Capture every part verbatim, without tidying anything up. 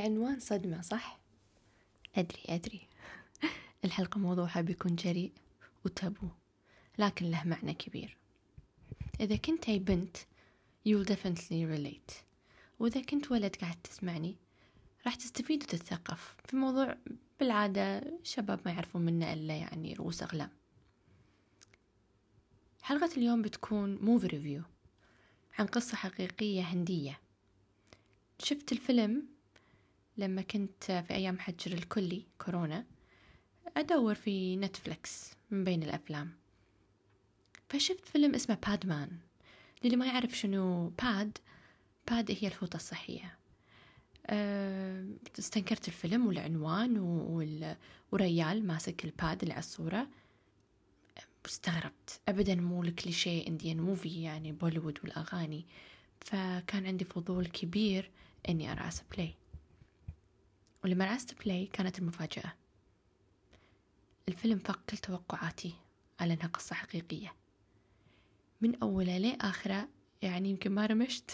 العنوان صدمة صح؟ أدري أدري الحلقة موضوعها بيكون جريء وتابو، لكن له معنى كبير. إذا كنت أي بنت you'll definitely relate، وإذا كنت ولد قاعد تسمعني راح تستفيد وتتثقف في موضوع بالعادة شباب ما يعرفون منه إلا يعني رؤوس أقلام. حلقة اليوم بتكون موفي ريفيو عن قصة حقيقية هندية. شفت الفيلم لما كنت في أيام حجر الكلي كورونا أدور في نتفليكس من بين الأفلام، فشفت فيلم اسمه بادمان. للي ما يعرف شنو باد باد هي الفوطة الصحية. أه استنكرت الفيلم والعنوان وريال ماسك الباد اللي على الصورة، استغربت أبدا مو الكليشيه إنديان موفي يعني بوليوود والأغاني، فكان عندي فضول كبير إني أرأس بلاي. ولما رأست بلاي كانت المفاجأة، الفيلم فاق كل توقعاتي على أنها قصة حقيقية من أولها لآخرة، يعني يمكن ما رمشت.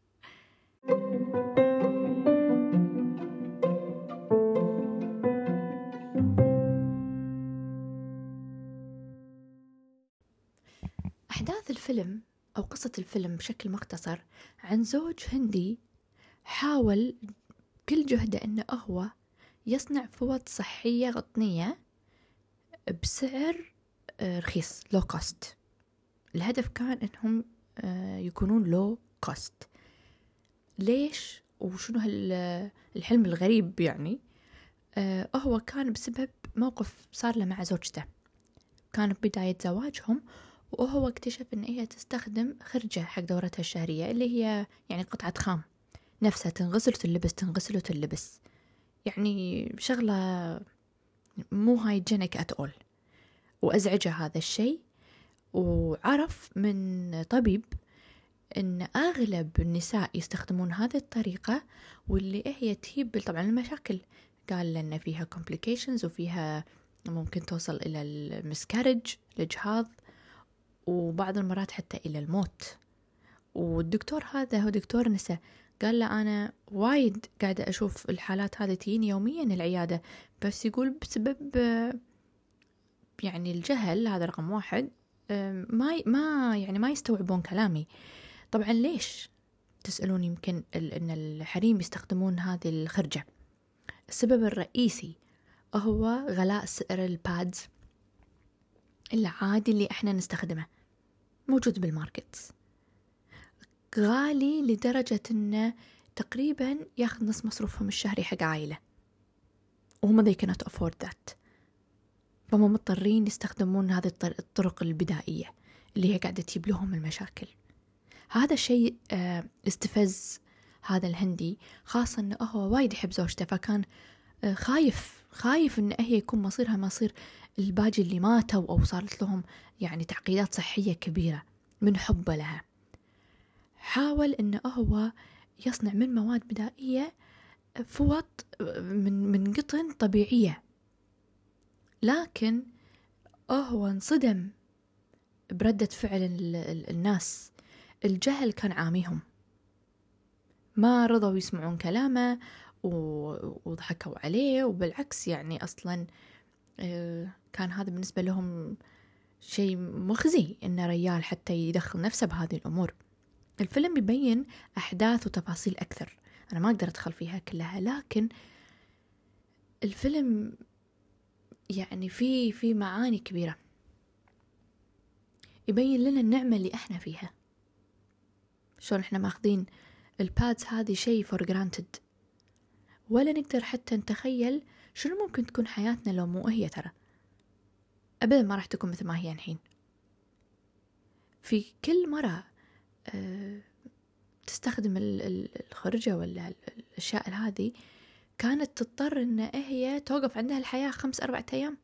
أحداث الفيلم أو قصة الفيلم بشكل مختصر عن زوج هندي حاول كل جهده أنه هو يصنع فوط صحية غطنية بسعر رخيص لو كوست. الهدف كان أنهم يكونون لو كوست. ليش وشنو هالحلم الغريب؟ يعني هو كان بسبب موقف صار له مع زوجته، كان بداية زواجهم وهو اكتشف أن هي تستخدم خرجة حق دورتها الشهرية اللي هي يعني قطعة خام نفسها تنغسل وتلبس تنغسل وتلبس، يعني شغلة مو هايجينيك at all. وأزعجه هذا الشيء، وعرف من طبيب أن أغلب النساء يستخدمون هذه الطريقة واللي هي تهيب طبعا المشاكل. قال لأن فيها complications وفيها ممكن توصل إلى المسكارج الإجهاض وبعض المرات حتى إلى الموت. والدكتور هذا هو دكتور نساء، قال له أنا وايد قاعدة أشوف الحالات هذه تيني يوميا العيادة، بس يقول بسبب يعني الجهل هذا رقم واحد ما ما يعني ما يستوعبون كلامي. طبعا ليش تسألون؟ يمكن أن الحريم يستخدمون هذه الخرجة. السبب الرئيسي هو غلاء سعر البادز العادي اللي احنا نستخدمه موجود بالماركت، غالي لدرجة انه تقريبا ياخذ نص مصروفهم الشهري حق عائلة، وهم they cannot afford that، فهم مضطرين يستخدمون هذه الطرق البدائية اللي هي قاعدة تجيب لهم المشاكل. هذا الشيء استفز هذا الهندي، خاصة انه هو وايد يحب زوجته، فكان خايف خايف ان هي يكون مصيرها مصير الباجي اللي ماتوا او صارت لهم يعني تعقيدات صحية كبيرة من حبه لها. حاول انه هو يصنع من مواد بدائية فوط من من قطن طبيعية، لكن هو انصدم بردة فعل الناس. الجهل كان عاميهم، ما رضوا يسمعون كلامه وضحكوا عليه، وبالعكس يعني أصلا كان هذا بالنسبة لهم شيء مخزي إن ريال حتى يدخل نفسه بهذه الأمور. الفيلم يبين أحداث وتفاصيل أكثر، أنا ما أقدر أدخل فيها كلها، لكن الفيلم يعني فيه في معاني كبيرة، يبين لنا النعمة اللي إحنا فيها، شلون إحنا ماخذين البادز هذه شيء for granted، ولا نقدر حتى نتخيل شنو ممكن تكون حياتنا لو مو هي. ترى أبدا ما راح تكون مثل ما هي الحين. في كل مرة أه تستخدم الخرجة ولا الأشياء هذه كانت تضطر إن هي توقف عندها الحياة خمس أربعة أيام،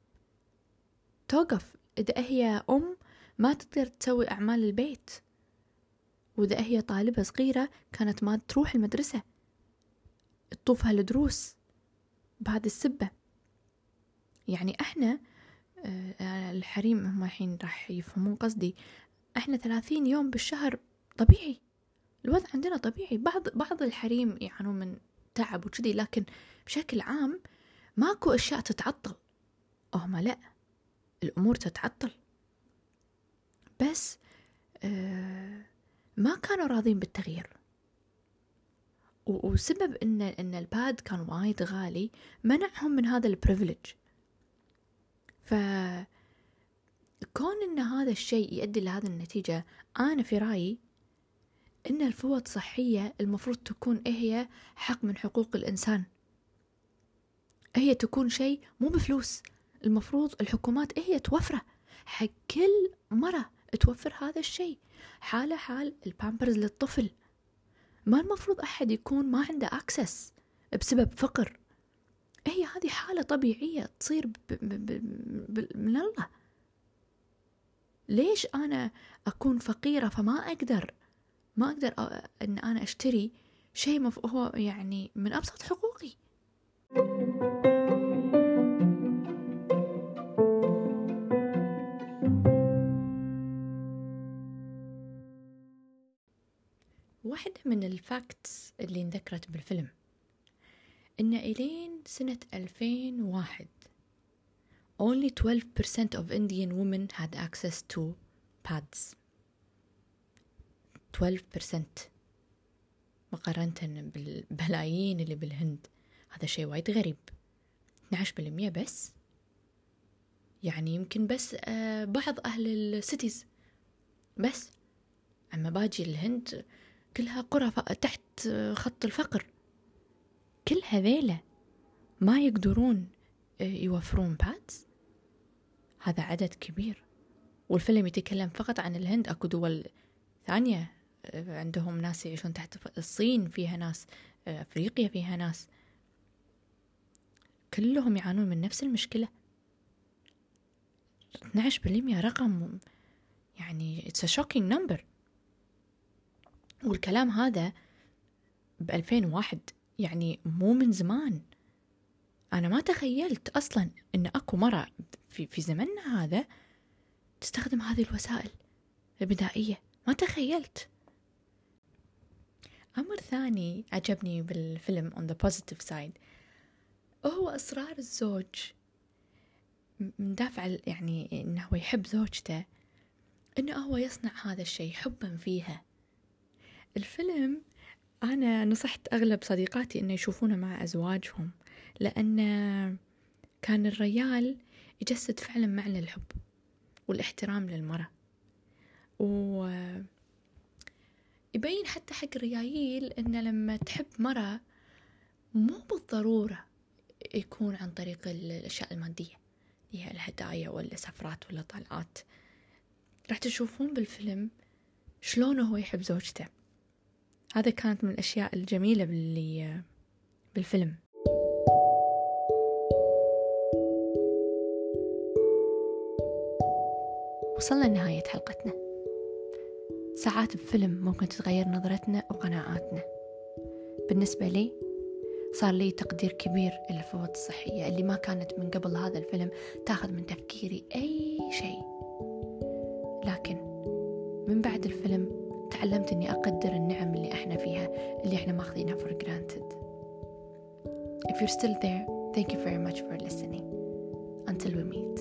توقف. إذا هي أم ما تقدر تسوي أعمال البيت، وإذا هي طالبة صغيرة كانت ما تروح المدرسة، تطوفها الدروس بهذه السبة. يعني احنا آه الحريم هم الحين راح يفهمون قصدي، احنا ثلاثين يوم بالشهر طبيعي، الوضع عندنا طبيعي. بعض بعض الحريم يعانون من تعب وكذي، لكن بشكل عام ماكو أشياء تتعطل. هما لا، الأمور تتعطل، بس آه ما كانوا راضين بالتغيير. وسبب إن إن الباد كان وايد غالي منعهم من هذا البريفليج. فكون إن هذا الشيء يؤدي لهذه النتيجة، أنا في رأيي إن الفوط الصحية المفروض تكون هي حق من حقوق الإنسان، هي تكون شيء مو بفلوس. المفروض الحكومات هي توفره حق كل مرة، توفر هذا الشيء. حالة حال البامبرز للطفل، ما المفروض أحد يكون ما عنده أكسس بسبب فقر. هي هذه حالة طبيعية تصير ب ب ب ب من الله. ليش أنا أكون فقيرة فما أقدر ما أقدر أن أنا أشتري شيء مف... هو يعني من أبسط حقوقي. واحدة من الفاكتس اللي انذكرت بالفيلم إن إلين سنة ألفين وواحد only twelve percent of Indian women had access to pads. twelve percent مقارنة بالبلايين اللي بالهند. هذا شيء وايد غريب. اثنا عشر بالمئة بس، يعني يمكن بس بعض أهل السيتيز بس. أما باجي الهند كلها قرى تحت خط الفقر، كل هذيلة ما يقدرون يوفرون بادز. هذا عدد كبير. والفيلم يتكلم فقط عن الهند، أكو دول ثانية عندهم ناس يعيشون تحت. الصين فيها ناس، أفريقيا فيها ناس، كلهم يعانون من نفس المشكلة. اثنا عشر بالمئة رقم يعني it's a shocking number. والكلام هذا بألفين وواحد، يعني مو من زمان. أنا ما تخيلت أصلا إن أكو مرة في, في زمننا هذا تستخدم هذه الوسائل البدائية، ما تخيلت. أمر ثاني عجبني بالفيلم on the positive side هو إصرار الزوج من دافع يعني إنه هو يحب زوجته، إنه هو يصنع هذا الشيء حبا فيها. الفيلم أنا نصحت أغلب صديقاتي إنه يشوفونه مع أزواجهم، لأن كان الرجال يجسد فعلا معنى الحب والاحترام للمرأة، ويبين حتى حق الرجال إن لما تحب مرأة مو بالضرورة يكون عن طريق الأشياء المادية، هي الهدايا ولا سفرات ولا طلعات. راح تشوفون بالفيلم شلون هو يحب زوجته. هذا كانت من الأشياء الجميلة باللي بالفيلم. وصلنا لنهاية حلقتنا. ساعات بفيلم ممكن تتغير نظرتنا وقناعاتنا. بالنسبة لي صار لي تقدير كبير للفوائد الصحية اللي ما كانت من قبل هذا الفيلم تاخذ من تفكيري أي شيء، لكن من بعد الفيلم تعلمت أني أقدر النعم اللي إحنا فيها، اللي إحنا ماخذينها for granted. If you're still there, thank you very much for listening. Until we meet.